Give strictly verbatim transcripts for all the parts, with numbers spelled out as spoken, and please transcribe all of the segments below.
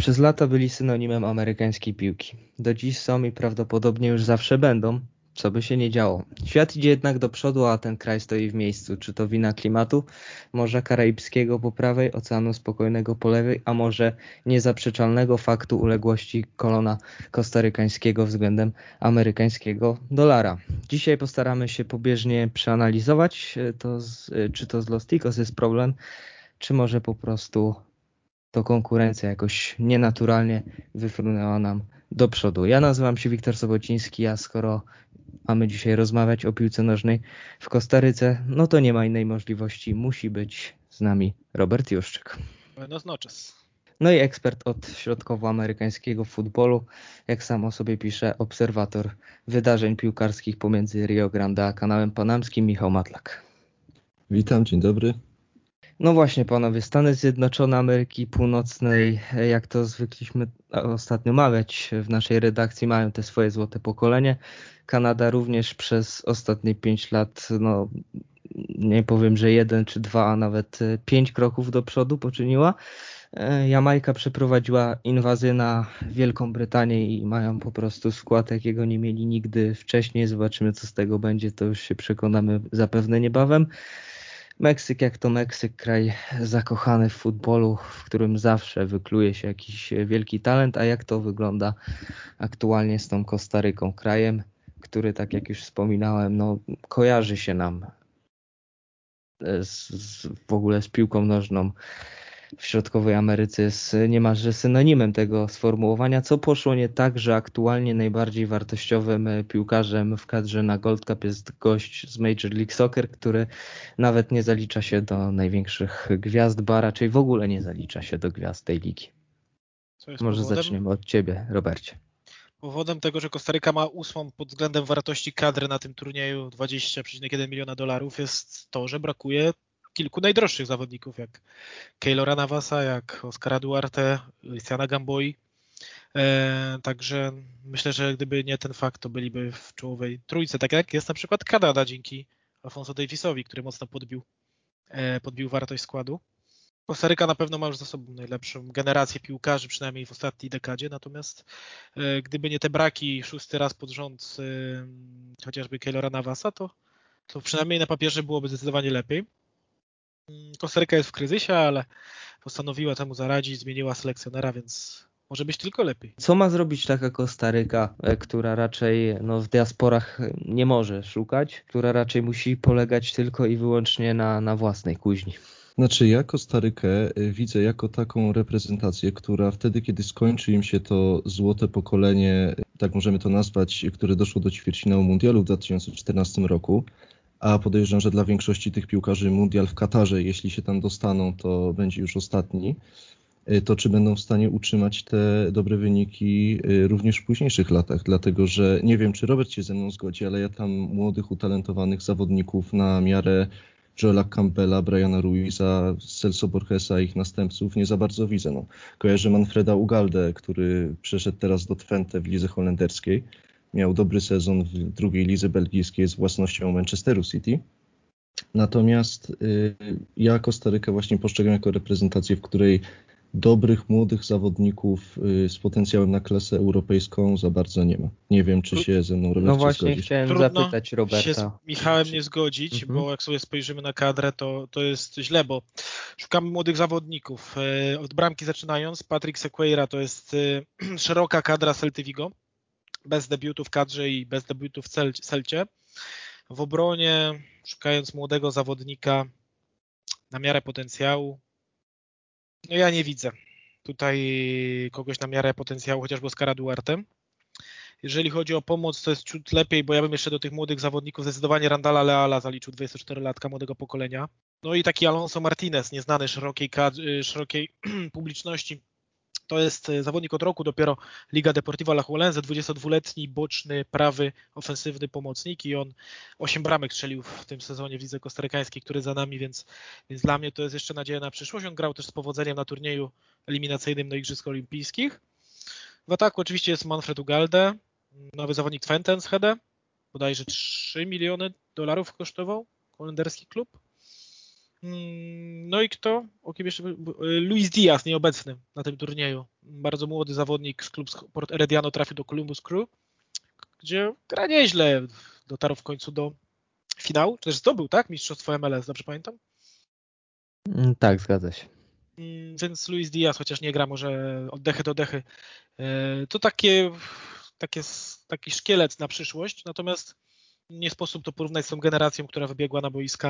Przez lata byli synonimem amerykańskiej piłki. Do dziś są i prawdopodobnie już zawsze będą, co by się nie działo. Świat idzie jednak do przodu, a ten kraj stoi w miejscu. Czy to wina klimatu, Morza Karaibskiego po prawej, Oceanu Spokojnego po lewej, a może niezaprzeczalnego faktu uległości kolona kostarykańskiego względem amerykańskiego dolara. Dzisiaj postaramy się pobieżnie przeanalizować, to z, czy to z Los Ticos jest problem, czy może po prostu to konkurencja jakoś nienaturalnie wyfrunęła nam do przodu. Ja nazywam się Wiktor Sobociński, a skoro mamy dzisiaj rozmawiać o piłce nożnej w Kostaryce, no to nie ma innej możliwości. Musi być z nami Robert Juszczyk. Buenos noches. No i ekspert od środkowoamerykańskiego futbolu, jak sam o sobie pisze, obserwator wydarzeń piłkarskich pomiędzy Rio Grande a kanałem panamskim, Michał Matlak. Witam, dzień dobry. No właśnie, panowie, Stany Zjednoczone Ameryki Północnej, jak to zwykliśmy ostatnio mawiać w naszej redakcji, mają te swoje złote pokolenie. Kanada również przez ostatnie pięć lat, no nie powiem, że jeden czy dwa, a nawet pięć kroków do przodu poczyniła. Jamajka przeprowadziła inwazję na Wielką Brytanię i mają po prostu skład, jakiego nie mieli nigdy wcześniej. Zobaczymy, co z tego będzie, to już się przekonamy zapewne niebawem. Meksyk jak to Meksyk, kraj zakochany w futbolu, w którym zawsze wykluje się jakiś wielki talent, a jak to wygląda aktualnie z tą Kostaryką, krajem, który, tak jak już wspominałem, no, kojarzy się nam z, z, w ogóle z piłką nożną w Środkowej Ameryce, jest niemalże synonimem tego sformułowania, co poszło nie tak, że aktualnie najbardziej wartościowym piłkarzem w kadrze na Gold Cup jest gość z Major League Soccer, który nawet nie zalicza się do największych gwiazd, ba raczej w ogóle nie zalicza się do gwiazd tej ligi. Może powodem? Zaczniemy od ciebie, Robercie. Powodem tego, że Kostaryka ma ósmą pod względem wartości kadry na tym turnieju dwadzieścia przecinek jeden miliona dolarów jest to, że brakuje kilku najdroższych zawodników, jak Keylora Navasa, jak Oscara Duarte, Luciana Gamboi. E, także myślę, że gdyby nie ten fakt, to byliby w czołowej trójce, tak jak jest na przykład Kanada dzięki Alfonso Davisowi, który mocno podbił, e, podbił wartość składu. Kostaryka na pewno ma już za sobą najlepszą generację piłkarzy, przynajmniej w ostatniej dekadzie, natomiast e, gdyby nie te braki szósty raz pod rząd e, chociażby Keylora Navasa, to, to przynajmniej na papierze byłoby zdecydowanie lepiej. Kostaryka jest w kryzysie, ale postanowiła temu zaradzić, zmieniła selekcjonera, więc może być tylko lepiej. Co ma zrobić taka Kostaryka, która raczej no, w diasporach nie może szukać, która raczej musi polegać tylko i wyłącznie na, na własnej kuźni? Znaczy ja Kostarykę widzę jako taką reprezentację, która wtedy, kiedy skończy im się to złote pokolenie, tak możemy to nazwać, które doszło do ćwierćfinału mundialu w dwa tysiące czternastym roku, a podejrzewam, że dla większości tych piłkarzy mundial w Katarze, jeśli się tam dostaną, to będzie już ostatni, to czy będą w stanie utrzymać te dobre wyniki również w późniejszych latach, dlatego że nie wiem, czy Robert się ze mną zgodzi, ale ja tam młodych, utalentowanych zawodników na miarę Joela Campbella, Briana Ruiza, Celso Borgesa i ich następców nie za bardzo widzę. No, kojarzę Manfreda Ugaldę, który przeszedł teraz do Twente w lidze holenderskiej. Miał dobry sezon w drugiej lidze belgijskiej z własnością Manchesteru City. Natomiast y, ja Kostarykę właśnie postrzegam jako reprezentację, w której dobrych, młodych zawodników y, z potencjałem na klasę europejską za bardzo nie ma. Nie wiem, czy się ze mną, Robercie, No właśnie zgodzisz. chciałem Trudno zapytać Roberta. się z Michałem nie zgodzić, Mhm. bo jak sobie spojrzymy na kadrę, to, to jest źle, bo szukamy młodych zawodników. Od bramki zaczynając, Patrick Sequeira to jest szeroka kadra Celty Vigo, bez debiutu w kadrze i bez debiutu w Cel- Celcie. W obronie, szukając młodego zawodnika na miarę potencjału, no ja nie widzę tutaj kogoś na miarę potencjału, chociażby Oscara Duarte. Jeżeli chodzi o pomoc, to jest ciut lepiej, bo ja bym jeszcze do tych młodych zawodników zdecydowanie Randala Leala zaliczył, dwudziestoczterolatka młodego pokolenia. No i taki Alonso Martinez, nieznany szerokiej, szerokiej publiczności. To jest zawodnik od roku, dopiero Liga Deportiva Alajuelense, dwudziestodwuletni, boczny, prawy, ofensywny pomocnik i on osiem bramek strzelił w tym sezonie w lidze kostarykańskiej, który za nami, więc, więc dla mnie to jest jeszcze nadzieja na przyszłość. On grał też z powodzeniem na turnieju eliminacyjnym do Igrzysk Olimpijskich. W ataku oczywiście jest Manfred Ugalde, nowy zawodnik Twente Enschede, bodajże trzy miliony dolarów kosztował holenderski klub. No i kto? O kim jeszcze? Luis Diaz, nieobecny na tym turnieju. Bardzo młody zawodnik z klubu Sport Herediano trafił do Columbus Crew, gdzie gra nieźle. Dotarł w końcu do finału, czy też zdobył, tak? Mistrzostwo M L S, dobrze pamiętam? Tak, zgadza się. Więc Luis Diaz, chociaż nie gra może od dechy do dechy, to takie, takie, taki szkielet na przyszłość, natomiast nie sposób to porównać z tą generacją, która wybiegła na boiska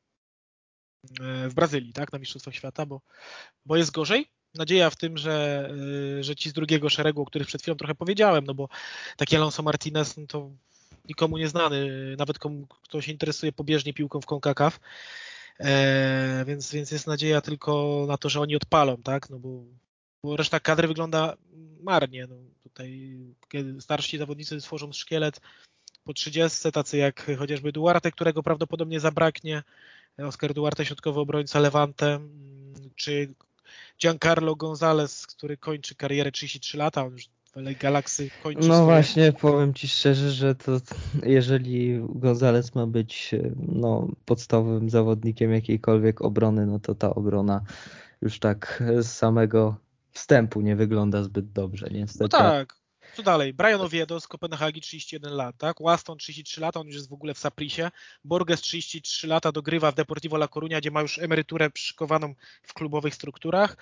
w Brazylii, tak, na Mistrzostwach Świata, bo, bo jest gorzej. Nadzieja w tym, że, że ci z drugiego szeregu, o których przed chwilą trochę powiedziałem, no bo taki Alonso Martinez, no to nikomu nie znany, nawet komu, kto się interesuje pobieżnie piłką w CONCACAF, e, więc, więc jest nadzieja tylko na to, że oni odpalą, tak, no bo, bo reszta kadry wygląda marnie, no tutaj kiedy starsi zawodnicy stworzą szkielet po trzydziestce, tacy jak chociażby Duarte, którego prawdopodobnie zabraknie, Oscar Duarte, środkowy obrońca Levante, czy Giancarlo Gonzalez, który kończy karierę trzydzieści trzy lata, on już w L A Galaxy kończy No swoje... właśnie, powiem Ci szczerze, że to jeżeli Gonzalez ma być no, podstawowym zawodnikiem jakiejkolwiek obrony, no to ta obrona już tak z samego wstępu nie wygląda zbyt dobrze, niestety. No tak. Co dalej? Brian Oviedo z Kopenhagi, trzydzieści jeden lat, tak? Waston trzydzieści trzy lata, on już jest w ogóle w Saprisie. Borges trzydzieści trzy lata dogrywa w Deportivo La Coruña, gdzie ma już emeryturę przyszykowaną w klubowych strukturach.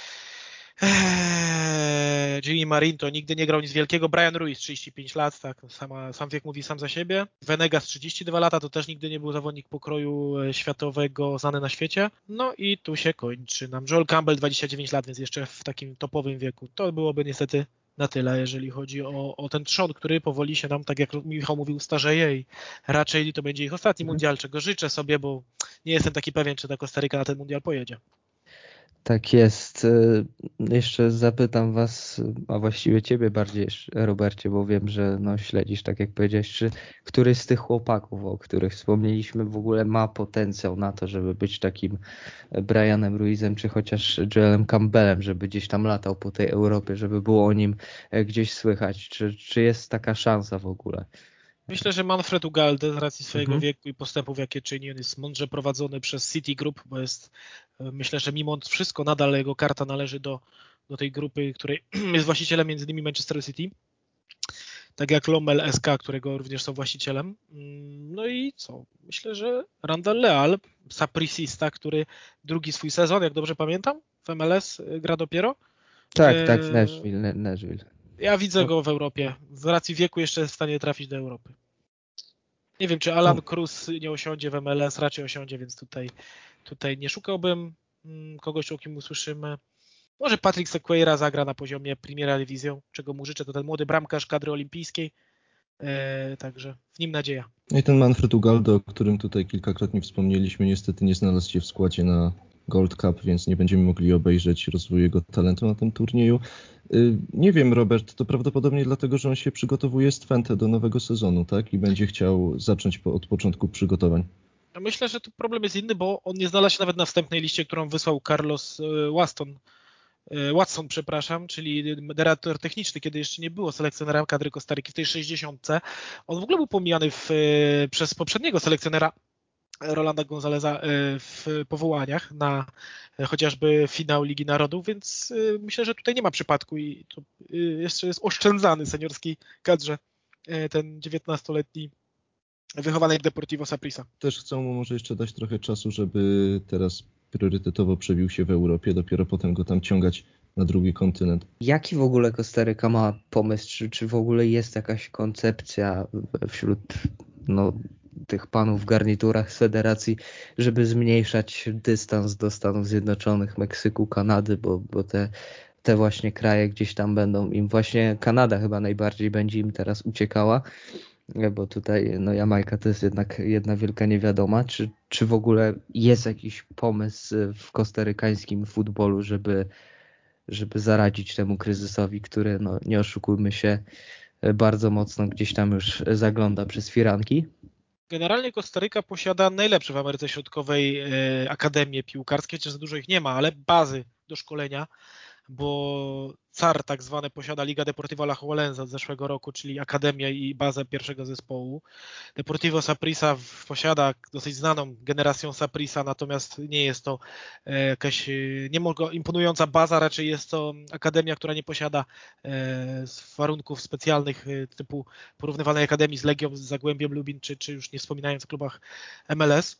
Eee, Jimmy Marin to nigdy nie grał nic wielkiego. Brian Ruiz trzydzieści pięć lat, tak, sama, sam wiek mówi sam za siebie. Venegas trzydzieści dwa lata, to też nigdy nie był zawodnik pokroju światowego znany na świecie. No i tu się kończy nam. Joel Campbell dwadzieścia dziewięć lat, więc jeszcze w takim topowym wieku. To byłoby niestety na tyle, jeżeli chodzi o, o ten trzon, który powoli się nam, tak jak Michał mówił, starzeje i raczej to będzie ich ostatni mundial, czego życzę sobie, bo nie jestem taki pewien, czy ta Kostaryka na ten mundial pojedzie. Tak jest. Jeszcze zapytam Was, a właściwie Ciebie bardziej, Robercie, bo wiem, że no, śledzisz, tak jak powiedziałeś, czy któryś z tych chłopaków, o których wspomnieliśmy, w ogóle ma potencjał na to, żeby być takim Brianem Ruizem, czy chociaż Joelem Campbellem, żeby gdzieś tam latał po tej Europie, żeby było o nim gdzieś słychać. Czy, czy jest taka szansa w ogóle? Myślę, że Manfred Ugalde z racji swojego Mhm. wieku i postępów, jakie czyni, on jest mądrze prowadzony przez City Group, bo jest, myślę, że mimo wszystko nadal jego karta należy do, do tej grupy, której jest właścicielem między innymi Manchester City, tak jak Lommel S K, którego również są właścicielem. No i co? Myślę, że Randall Leal, Saprisista, który drugi swój sezon, jak dobrze pamiętam, w M L S gra dopiero. Tak, tak, w Nashville. Nashville. Ja widzę go w Europie. Z racji wieku jeszcze jest w stanie trafić do Europy. Nie wiem, czy Alan Cruz nie osiądzie w M L S, raczej osiądzie, więc tutaj, tutaj nie szukałbym kogoś, o kim usłyszymy. Może Patrick Sequeira zagra na poziomie Primera Division, czego mu życzę, to ten młody bramkarz kadry olimpijskiej, eee, także w nim nadzieja. No i ten Manfred Ugalde, o którym tutaj kilkakrotnie wspomnieliśmy, niestety nie znalazł się w składzie na Gold Cup, więc nie będziemy mogli obejrzeć rozwoju jego talentu na tym turnieju. Nie wiem, Robert, to prawdopodobnie dlatego, że on się przygotowuje z Twente do nowego sezonu, tak? I będzie chciał zacząć po, od początku przygotowań. Myślę, że tu problem jest inny, bo on nie znalazł się nawet na wstępnej liście, którą wysłał Carlos Waston, Watson, przepraszam, czyli dyrektor techniczny, kiedy jeszcze nie było selekcjonera kadry Kostaryki w tej sześćdziesiątce. On w ogóle był pomijany w, przez poprzedniego selekcjonera Rolanda Gonzaleza w powołaniach na chociażby finał Ligi Narodów, więc myślę, że tutaj nie ma przypadku i to jeszcze jest oszczędzany seniorskiej kadrze ten dziewiętnastoletni wychowany w Deportivo Saprissa. Też chcą mu może jeszcze dać trochę czasu, żeby teraz priorytetowo przebił się w Europie, dopiero potem go tam ciągać na drugi kontynent. Jaki w ogóle Kostaryka ma pomysł, czy, czy w ogóle jest jakaś koncepcja wśród no, tych panów w garniturach z federacji, żeby zmniejszać dystans do Stanów Zjednoczonych, Meksyku, Kanady, bo, bo te, te właśnie kraje gdzieś tam będą im, właśnie Kanada chyba najbardziej będzie im teraz uciekała, bo tutaj no Jamajka to jest jednak jedna wielka niewiadoma, czy, czy w ogóle jest jakiś pomysł w kostarykańskim futbolu, żeby żeby zaradzić temu kryzysowi, który, no nie oszukujmy się, bardzo mocno gdzieś tam już zagląda przez firanki. Generalnie Kostaryka posiada najlepsze w Ameryce Środkowej e, akademie piłkarskie, chociaż za dużo ich nie ma, ale bazy do szkolenia, bo C A R tak zwane posiada Liga Deportiva Alajuelense od zeszłego roku, czyli akademię i bazę pierwszego zespołu. Deportivo Saprissa posiada dosyć znaną generacją Saprissa, natomiast nie jest to jakaś nie mogę, imponująca baza, raczej jest to akademia, która nie posiada warunków specjalnych typu porównywalnej akademii z Legią, z Zagłębiem Lubin, czy, czy już nie wspominając o klubach M L S.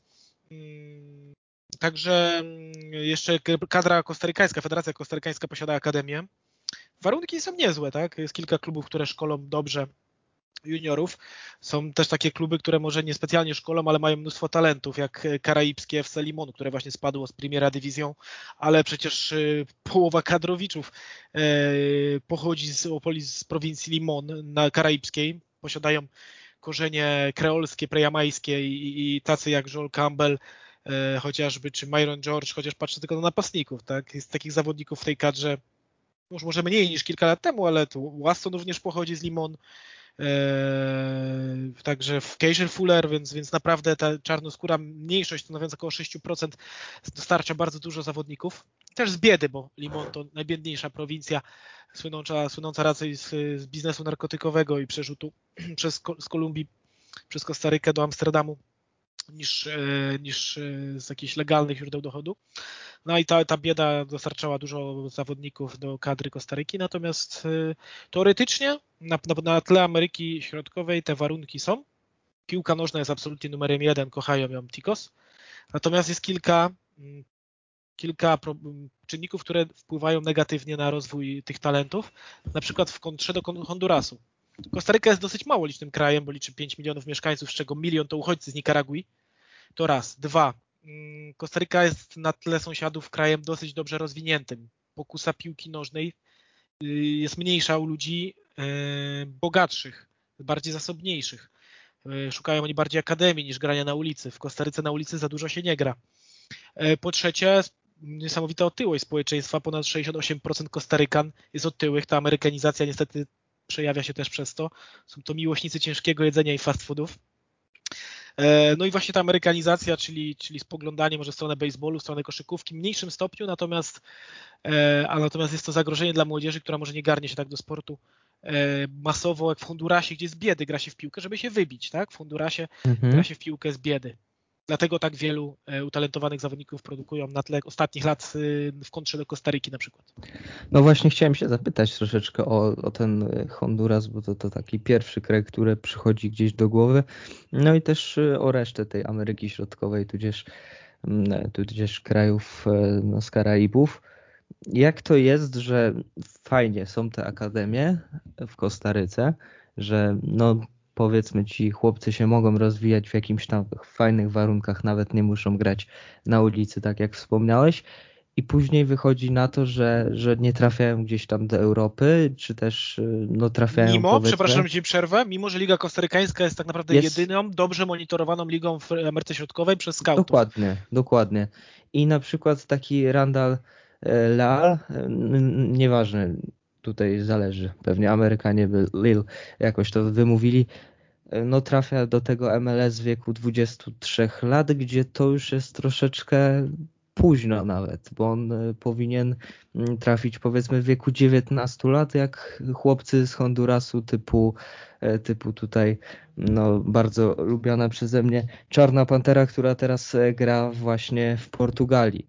Także jeszcze kadra kostarykańska, Federacja Kostarykańska posiada akademię. Warunki są niezłe, tak? Jest kilka klubów, które szkolą dobrze juniorów. Są też takie kluby, które może nie specjalnie szkolą, ale mają mnóstwo talentów, jak karaibskie F C Limon, które właśnie spadło z Primera División, ale przecież połowa kadrowiczów pochodzi z, z prowincji Limon na karaibskiej. Posiadają korzenie kreolskie, prejamańskie i, i tacy jak Joel Campbell, chociażby, czy Myron George, chociaż patrzę tylko na napastników, tak? Jest takich zawodników w tej kadrze, już może mniej niż kilka lat temu, ale tu Waston również pochodzi z Limon, eee, także w Keisher Fuller, więc, więc naprawdę ta czarnoskóra mniejszość, stanowiąca około sześć procent, dostarcza bardzo dużo zawodników. Też z biedy, bo Limon to najbiedniejsza prowincja, słynąca, słynąca raczej z, z biznesu narkotykowego i przerzutu przez, z Kolumbii przez Kostarykę do Amsterdamu, niż, niż z jakichś legalnych źródeł dochodu. No i ta, ta bieda dostarczała dużo zawodników do kadry Kostaryki, natomiast teoretycznie na, na, na tle Ameryki Środkowej te warunki są. Piłka nożna jest absolutnie numerem jeden, kochają ją Ticos. Natomiast jest kilka, kilka czynników, które wpływają negatywnie na rozwój tych talentów, na przykład w kontrze do Hondurasu. Kostaryka jest dosyć mało licznym krajem, bo liczy pięć milionów mieszkańców, z czego milion to uchodźcy z Nikaragui. To raz. Dwa. Kostaryka jest na tle sąsiadów krajem dosyć dobrze rozwiniętym. Pokusa piłki nożnej jest mniejsza u ludzi bogatszych, bardziej zasobniejszych. Szukają oni bardziej akademii niż grania na ulicy. W Kostaryce na ulicy za dużo się nie gra. Po trzecie, niesamowita otyłość społeczeństwa. Ponad sześćdziesiąt osiem procent Kostarykan jest otyłych. Ta amerykanizacja niestety przejawia się też przez to. Są to miłośnicy ciężkiego jedzenia i fast foodów. No i właśnie ta amerykanizacja, czyli, czyli spoglądanie może w stronę baseballu, w stronę koszykówki w mniejszym stopniu, natomiast, a natomiast jest to zagrożenie dla młodzieży, która może nie garnie się tak do sportu masowo jak w Hondurasie, gdzie z biedy gra się w piłkę, żeby się wybić, tak? W Hondurasie mhm. gra się w piłkę z biedy. Dlatego tak wielu utalentowanych zawodników produkują na tle ostatnich lat w kontrze do Kostaryki na przykład. No właśnie chciałem się zapytać troszeczkę o, o ten Honduras, bo to, to taki pierwszy kraj, który przychodzi gdzieś do głowy. No i też o resztę tej Ameryki Środkowej, tudzież, tudzież krajów no, z Karaibów. Jak to jest, że fajnie są te akademie w Kostaryce, że no powiedzmy ci chłopcy się mogą rozwijać w jakimś tam fajnych warunkach, nawet nie muszą grać na ulicy, tak jak wspomniałeś, i później wychodzi na to, że, że nie trafiają gdzieś tam do Europy, czy też no trafiają Mimo, powiedzmy... przepraszam, ci przerwę, mimo, że Liga Kostarykańska jest tak naprawdę jest... jedyną dobrze monitorowaną ligą w Ameryce Środkowej przez scoutów. Dokładnie, dokładnie. I na przykład taki Randall Leal, nieważne, tutaj zależy, pewnie Amerykanie by Lil jakoś to wymówili, no trafia do tego M L S w wieku dwudziestu trzech lat, gdzie to już jest troszeczkę późno nawet, bo on powinien trafić powiedzmy w wieku dziewiętnastu lat, jak chłopcy z Hondurasu typu, typu tutaj no bardzo lubiana przeze mnie Czarna Pantera, która teraz gra właśnie w Portugalii.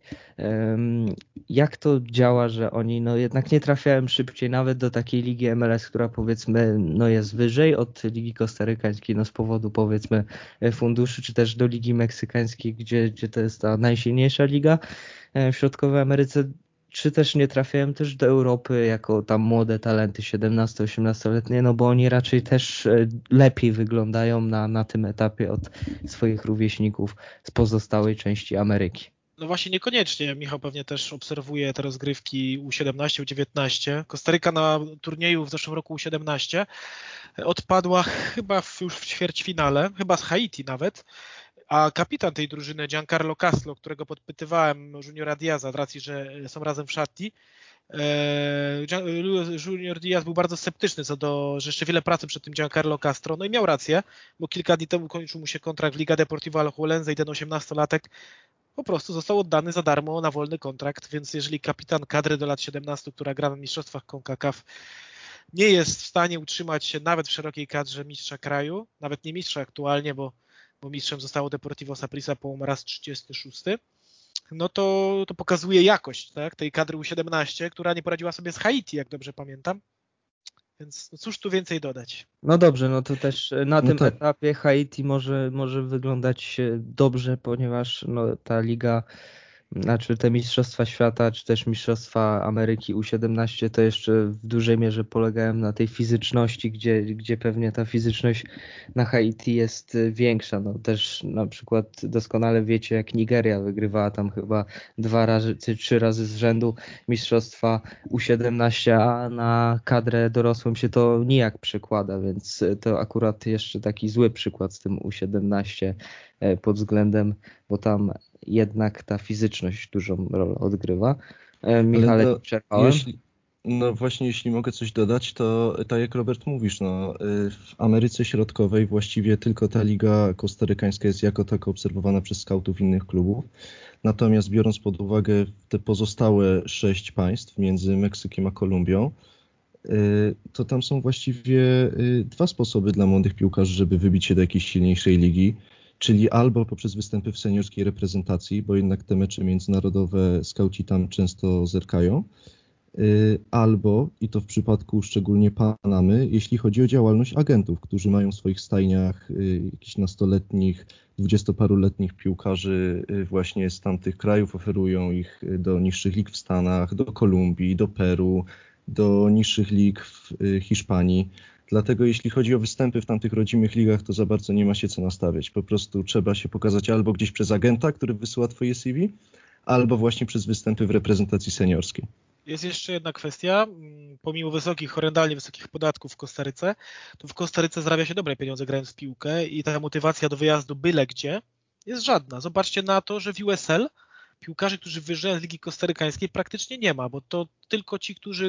Jak to działa, że oni no jednak nie trafiają szybciej nawet do takiej ligi M L S, która powiedzmy no jest wyżej od ligi kostarykańskiej, no z powodu powiedzmy funduszy, czy też do ligi meksykańskiej, gdzie, gdzie to jest ta najsilniejsza liga w Środkowej Ameryce, czy też nie trafiają też do Europy jako tam młode talenty siedemnasto-osiemnastoletnie, no bo oni raczej też lepiej wyglądają na, na tym etapie od swoich rówieśników z pozostałej części Ameryki. No właśnie niekoniecznie. Michał pewnie też obserwuje te rozgrywki U siedemnaście, U dziewiętnaście. Kostaryka na turnieju w zeszłym roku U siedemnaście odpadła chyba w, już w ćwierćfinale, chyba z Haiti nawet, a kapitan tej drużyny Giancarlo Castro, którego podpytywałem, Juniora Diaza, z racji, że są razem w szatni, Junior Diaz był bardzo sceptyczny co do, że jeszcze wiele pracy przed tym Giancarlo Castro, no i miał rację, bo kilka dni temu kończył mu się kontrakt w Liga Deportiva Alajuelense i ten osiemnastolatek po prostu został oddany za darmo na wolny kontrakt, więc jeżeli kapitan kadry do lat siedemnastu, która gra na mistrzostwach CONCACAF, nie jest w stanie utrzymać się nawet w szerokiej kadrze mistrza kraju, nawet nie mistrza aktualnie, bo, bo mistrzem zostało Deportivo Saprissa po raz trzydziesty szósty, no to, to pokazuje jakość, tak, tej kadry U siedemnaście, która nie poradziła sobie z Haiti, jak dobrze pamiętam. Więc no cóż tu więcej dodać? No dobrze, no to też na No tym tak. etapie Haiti może, może wyglądać dobrze, ponieważ no, ta liga, znaczy te Mistrzostwa Świata, czy też Mistrzostwa Ameryki U siedemnaście to jeszcze w dużej mierze polegają na tej fizyczności, gdzie, gdzie pewnie ta fizyczność na Haiti jest większa. No też na przykład doskonale wiecie, jak Nigeria wygrywała tam chyba dwa razy czy trzy razy z rzędu Mistrzostwa U siedemnaście, a na kadrę dorosłą się to nijak przekłada, więc to akurat jeszcze taki zły przykład z tym U siedemnaście pod względem, bo tam jednak ta fizyczność dużą rolę odgrywa. Michale, Ale no, przerwałem. jeśli, no właśnie, jeśli mogę coś dodać, to tak jak Robert mówisz, no, w Ameryce Środkowej właściwie tylko ta liga kostarykańska jest jako taka obserwowana przez skautów innych klubów. Natomiast biorąc pod uwagę te pozostałe sześć państw między Meksykiem a Kolumbią, to tam są właściwie dwa sposoby dla młodych piłkarzy, żeby wybić się do jakiejś silniejszej ligi. Czyli albo poprzez występy w seniorskiej reprezentacji, bo jednak te mecze międzynarodowe skauci tam często zerkają, albo, i to w przypadku szczególnie Panamy, jeśli chodzi o działalność agentów, którzy mają w swoich stajniach jakichś nastoletnich, dwudziestoparoletnich piłkarzy właśnie z tamtych krajów, oferują ich do niższych lig w Stanach, do Kolumbii, do Peru, do niższych lig w Hiszpanii. Dlatego jeśli chodzi o występy w tamtych rodzimych ligach, to za bardzo nie ma się co nastawiać. Po prostu trzeba się pokazać albo gdzieś przez agenta, który wysyła twoje C V, albo właśnie przez występy w reprezentacji seniorskiej. Jest jeszcze jedna kwestia. Pomimo wysokich, horrendalnie wysokich podatków w Kostaryce, to w Kostaryce zarabia się dobre pieniądze grając w piłkę i ta motywacja do wyjazdu byle gdzie jest żadna. Zobaczcie na to, że w U S L piłkarzy, którzy wyjeżdżają z Ligi Kostarykańskiej, praktycznie nie ma, bo to tylko ci, którzy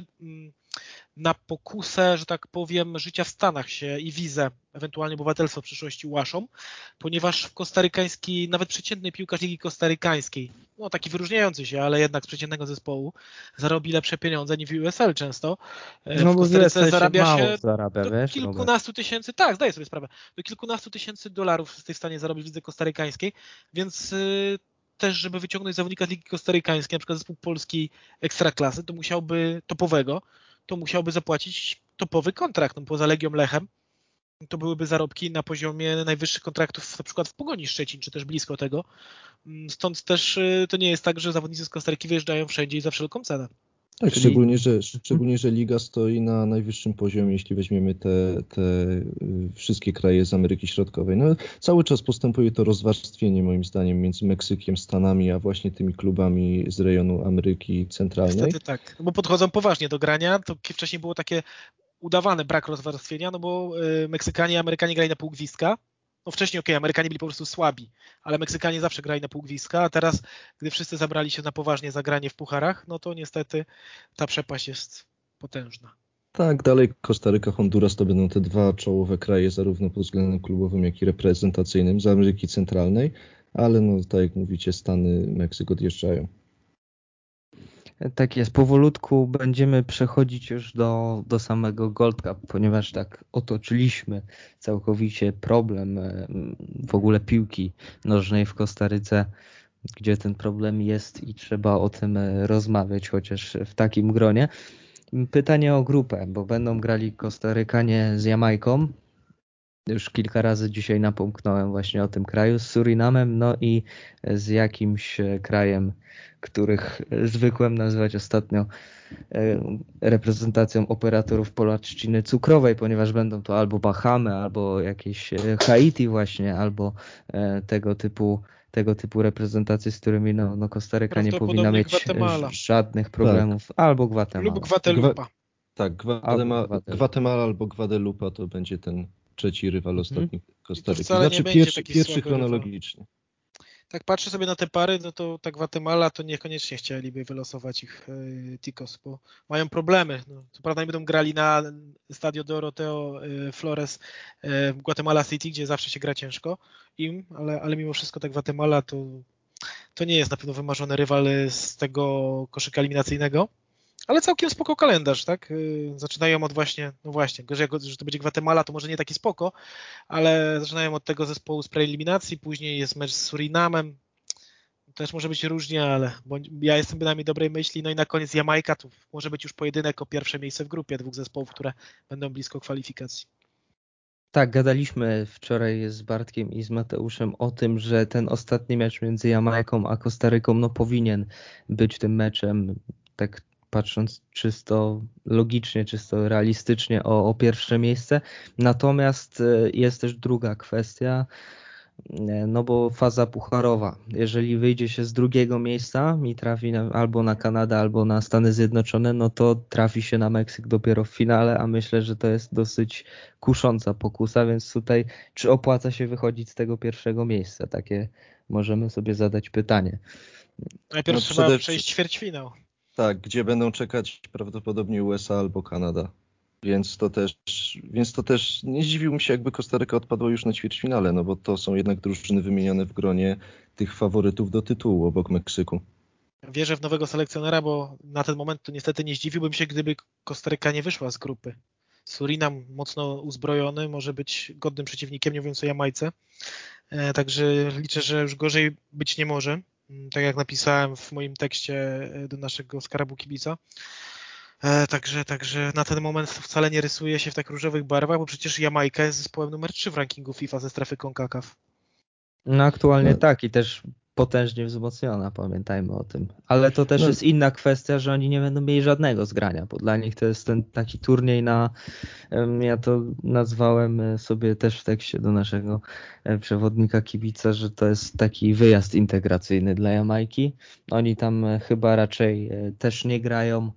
na pokusę, że tak powiem, życia w Stanach się i wizę, ewentualnie obywatelstwo w przyszłości łaszą, ponieważ w kostarykański, nawet przeciętny piłkarz Ligi Kostarykańskiej, no taki wyróżniający się, ale jednak z przeciętnego zespołu, zarobi lepsze pieniądze niż w U S L często. W No bo Kostaryce w U S L zarabia się, się mało zarabia, do wiesz, kilkunastu tysięcy, tak, zdaję sobie sprawę, do kilkunastu tysięcy dolarów jesteś w stanie zarobić w lidze kostarykańskiej, więc yy, też, żeby wyciągnąć zawodnika z Ligi Kostarykańskiej, na przykład zespół polskiej ekstraklasy, to musiałby topowego, to musiałby zapłacić topowy kontrakt. No, poza Legią Lechem to byłyby zarobki na poziomie najwyższych kontraktów na przykład w Pogoni Szczecin, czy też blisko tego. Stąd też to nie jest tak, że zawodnicy z Kostaryki wyjeżdżają wszędzie i za wszelką cenę. Tak, Czyli... szczególnie, że, szczególnie, że liga stoi na najwyższym poziomie, jeśli weźmiemy te, te wszystkie kraje z Ameryki Środkowej. No, cały czas postępuje to rozwarstwienie, moim zdaniem, między Meksykiem, Stanami, a właśnie tymi klubami z rejonu Ameryki Centralnej. Niestety tak, no bo podchodzą poważnie do grania. To wcześniej było takie udawane brak rozwarstwienia, no bo Meksykanie i Amerykanie grali na pół gwizdka. No wcześniej okej, okay, Amerykanie byli po prostu słabi, ale Meksykanie zawsze grali na pół gwizdka, a teraz, gdy wszyscy zabrali się na poważnie za granie w pucharach, no to niestety ta przepaść jest potężna. Tak, dalej Kostaryka, Honduras to będą te dwa czołowe kraje, zarówno pod względem klubowym, jak i reprezentacyjnym z Ameryki Centralnej, ale no tak jak mówicie, Stany, Meksyk odjeżdżają. Tak jest, powolutku będziemy przechodzić już do, do samego Gold Cup, ponieważ tak otoczyliśmy całkowicie problem w ogóle piłki nożnej w Kostaryce, gdzie ten problem jest i trzeba o tym rozmawiać, chociaż w takim gronie. Pytanie o grupę, bo będą grali Kostarykanie z Jamajką. Już kilka razy dzisiaj napomknąłem właśnie o tym kraju, z Surinamem, no i z jakimś krajem, których zwykłem nazywać ostatnio reprezentacją operatorów polaczciny cukrowej, ponieważ będą to albo Bahamy, albo jakieś Haiti właśnie, albo tego typu tego typu reprezentacje, z którymi no, no Kostaryka nie powinna mieć Gwatemala. żadnych problemów, tak. Albo Gwatemala. Lub Gwatelupa. Gwa- tak, Gwatemala albo Gwatemala albo Gwadelupa to będzie ten trzeci rywal ostatni mhm. Kostaryki. I to wcale znaczy nie będzie pierwszy, taki pierwszy słaby chronologicznie. Rywal. Tak patrzę sobie na te pary, no to ta Gwatemala to niekoniecznie chcieliby wylosować ich e, Ticos, bo mają problemy. No, co prawda nie będą grali na Stadio Doroteo e, Flores e, w Guatemala City, gdzie zawsze się gra ciężko im, ale, ale mimo wszystko ta Gwatemala to to nie jest na pewno wymarzony rywal z tego koszyka eliminacyjnego, ale całkiem spoko kalendarz, tak? Zaczynają od właśnie, no właśnie, że, że to będzie Gwatemala, to może nie taki spoko, ale zaczynają od tego zespołu z preeliminacji, później jest mecz z Surinamem, też może być różnie, ale bo ja jestem bynajmniej dobrej myśli, no i na koniec Jamajka, to może być już pojedynek o pierwsze miejsce w grupie dwóch zespołów, które będą blisko kwalifikacji. Tak, gadaliśmy wczoraj z Bartkiem i z Mateuszem o tym, że ten ostatni mecz między Jamajką a Kostaryką no powinien być tym meczem, tak patrząc czysto logicznie, czysto realistycznie o, o pierwsze miejsce. Natomiast jest też druga kwestia, no bo faza pucharowa. Jeżeli wyjdzie się z drugiego miejsca i trafi na, albo na Kanadę, albo na Stany Zjednoczone, no to trafi się na Meksyk dopiero w finale, a myślę, że to jest dosyć kusząca pokusa, więc tutaj czy opłaca się wychodzić z tego pierwszego miejsca? Takie możemy sobie zadać pytanie. Najpierw No, trzeba przede... przejść ćwierćfinał. Tak, gdzie będą czekać prawdopodobnie U S A albo Kanada. Więc to też, więc to też nie zdziwiłbym się, jakby Kostaryka odpadła już na ćwierćfinale, no bo to są jednak drużyny wymienione w gronie tych faworytów do tytułu obok Meksyku. Wierzę w nowego selekcjonera, bo na ten moment to niestety nie zdziwiłbym się, gdyby Kostaryka nie wyszła z grupy. Surinam mocno uzbrojony, może być godnym przeciwnikiem, nie mówiąc o Jamajce. E, także liczę, że już gorzej być nie może. Tak jak napisałem w moim tekście do naszego Skarabu Kibica. E, także, także na ten moment wcale nie rysuje się w tak różowych barwach, bo przecież Jamajka jest zespołem numer trzy w rankingu FIFA ze strefy CONCACAF. No aktualnie No. tak i też potężnie wzmocniona, pamiętajmy o tym. Ale to też No. jest inna kwestia, że oni nie będą mieli żadnego zgrania, bo dla nich to jest ten taki turniej na, ja to nazwałem sobie też w tekście do naszego przewodnika kibica, że to jest taki wyjazd integracyjny dla Jamajki. Oni tam chyba raczej też nie grają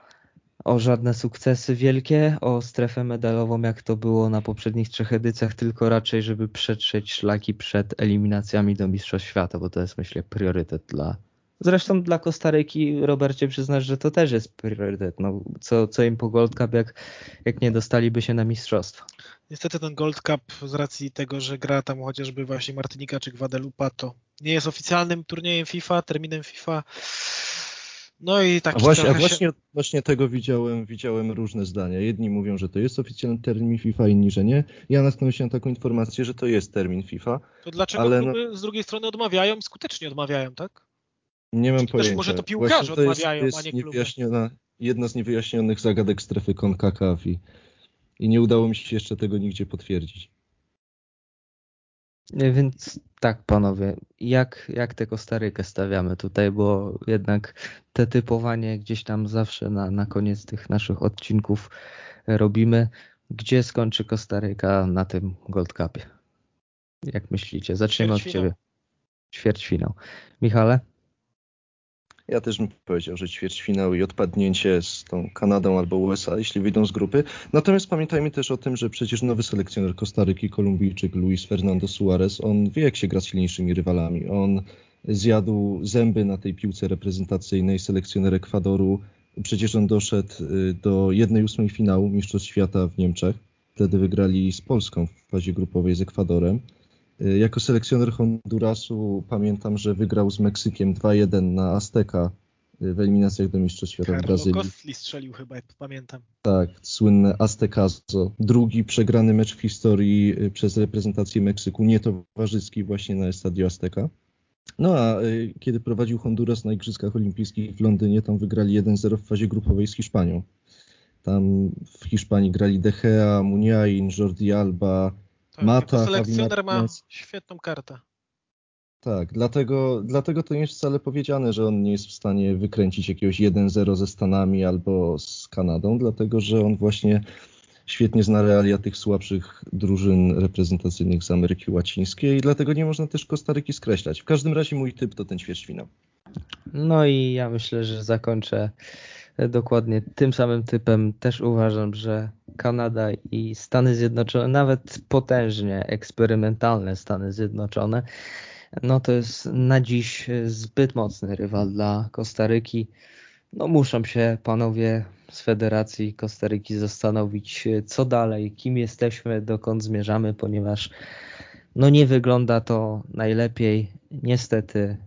o żadne sukcesy wielkie, o strefę medalową, jak to było na poprzednich trzech edycjach, tylko raczej, żeby przetrzeć szlaki przed eliminacjami do Mistrzostw Świata, bo to jest, myślę, priorytet dla... Zresztą dla Kostaryki, Robercie, przyznasz, że to też jest priorytet. No, co, co im po Gold Cup, jak, jak nie dostaliby się na mistrzostwa. Niestety ten Gold Cup z racji tego, że gra tam chociażby właśnie Martynika czy Guadalupe, to nie jest oficjalnym turniejem FIFA, terminem FIFA. No i taki A właśnie, a trochę właśnie, się... właśnie tego widziałem, widziałem różne zdania. Jedni mówią, że to jest oficjalny termin FIFA, inni, że nie. Ja natknąłem się na taką informację, że to jest termin FIFA. To dlaczego ale kluby no, z drugiej strony odmawiają i skutecznie odmawiają, tak? nie mam Czy to też pojęcia. może to piłkarze Właśnie to jest, odmawiają, to a jest nie kluby? niewyjaśniona, jedna z niewyjaśnionych zagadek strefy CONCACAF i, i nie udało mi się jeszcze tego nigdzie potwierdzić. Więc tak, panowie, jak, jak tę Kostarykę stawiamy tutaj, bo jednak te typowanie gdzieś tam zawsze na, na koniec tych naszych odcinków robimy. Gdzie skończy Kostaryka na tym Gold Cupie? Jak myślicie? Zaczniemy od ciebie. Ćwierćfinał. Michale? Ja też bym powiedział, że ćwierćfinał i odpadnięcie z tą Kanadą albo U S A, jeśli wyjdą z grupy. Natomiast pamiętajmy też o tym, że przecież nowy selekcjoner Kostaryki, Kolumbijczyk Luis Fernando Suarez, on wie, jak się gra z silniejszymi rywalami. On zjadł zęby na tej piłce reprezentacyjnej, selekcjoner Ekwadoru. Przecież on doszedł do jednej ósmej finału Mistrzostw Świata w Niemczech. Wtedy wygrali z Polską w fazie grupowej z Ekwadorem. Jako selekcjoner Hondurasu pamiętam, że wygrał z Meksykiem dwa jeden na Azteca w eliminacjach do Mistrzostw Świata w Brazylii. Kostli strzelił chyba, jak pamiętam. Tak, słynne Aztecazo. Drugi przegrany mecz w historii przez reprezentację Meksyku, nietowarzyski właśnie na Estadio Azteca. No a kiedy prowadził Honduras na Igrzyskach Olimpijskich w Londynie, tam wygrali jeden zero w fazie grupowej z Hiszpanią. Tam w Hiszpanii grali De Gea, Muniain, Jordi Alba, Tak, Mata, jako selekcjoner Javi ma Martinez. świetną kartę. Tak, dlatego, dlatego to nie jest wcale powiedziane, że on nie jest w stanie wykręcić jakiegoś jeden zero ze Stanami albo z Kanadą, dlatego że on właśnie świetnie zna realia tych słabszych drużyn reprezentacyjnych z Ameryki Łacińskiej i dlatego nie można też Kostaryki skreślać. W każdym razie mój typ to ten ćwierćfinał. No i ja myślę, że zakończę dokładnie tym samym typem. Też uważam, że Kanada i Stany Zjednoczone, nawet potężnie eksperymentalne Stany Zjednoczone, no to jest na dziś zbyt mocny rywal dla Kostaryki. No muszą się panowie z Federacji Kostaryki zastanowić, co dalej, kim jesteśmy, dokąd zmierzamy, ponieważ no nie wygląda to najlepiej. Niestety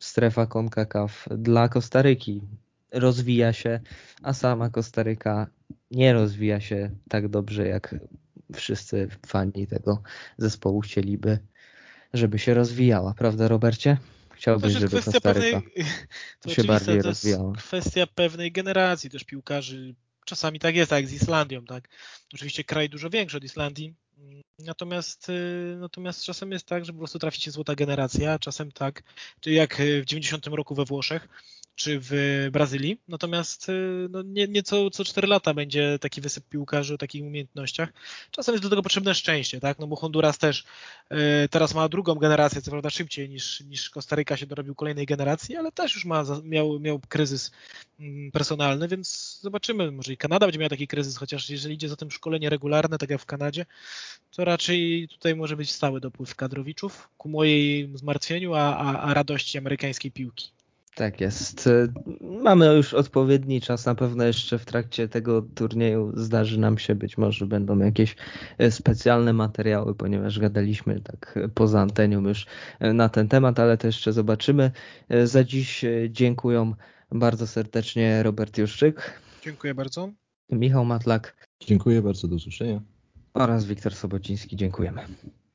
strefa CONCACAF dla Kostaryki rozwija się, a sama Kostaryka nie rozwija się tak dobrze, jak wszyscy fani tego zespołu chcieliby, żeby się rozwijała. Prawda, Robercie? To Chciałbyś, też jest żeby kwestia Kostaryka pewnej, to się oczywiste, bardziej to jest rozwijała. kwestia pewnej generacji też piłkarzy. Czasami tak jest, tak jak z Islandią, tak. Oczywiście kraj dużo większy od Islandii, natomiast, y, natomiast czasem jest tak, że po prostu trafi się złota generacja, czasem tak, czy jak w dziewięćdziesiątym roku we Włoszech, czy w Brazylii, natomiast y, no nie, nie co, co cztery lata będzie taki wysyp piłkarzy o takich umiejętnościach. Czasem jest do tego potrzebne szczęście, tak, no bo Honduras też y, teraz ma drugą generację, co prawda szybciej niż, niż Kostaryka się dorobił kolejnej generacji, ale też już ma, miał, miał kryzys mm, personalny, więc zobaczymy, może i Kanada będzie miała taki kryzys, chociaż jeżeli idzie za tym szkolenie regularne, tak jak w Kanadzie, to raczej tutaj może być stały dopływ kadrowiczów ku mojej zmartwieniu, a, a, a radości amerykańskiej piłki. Tak jest. Mamy już odpowiedni czas. Na pewno jeszcze w trakcie tego turnieju zdarzy nam się, być może będą jakieś specjalne materiały, ponieważ gadaliśmy tak poza antenią już na ten temat, ale to jeszcze zobaczymy. Za dziś dziękuję bardzo serdecznie Robert Juszczyk. Dziękuję bardzo. Michał Matlak. Dziękuję bardzo, do usłyszenia. Oraz Wiktor Sobociński. Dziękujemy.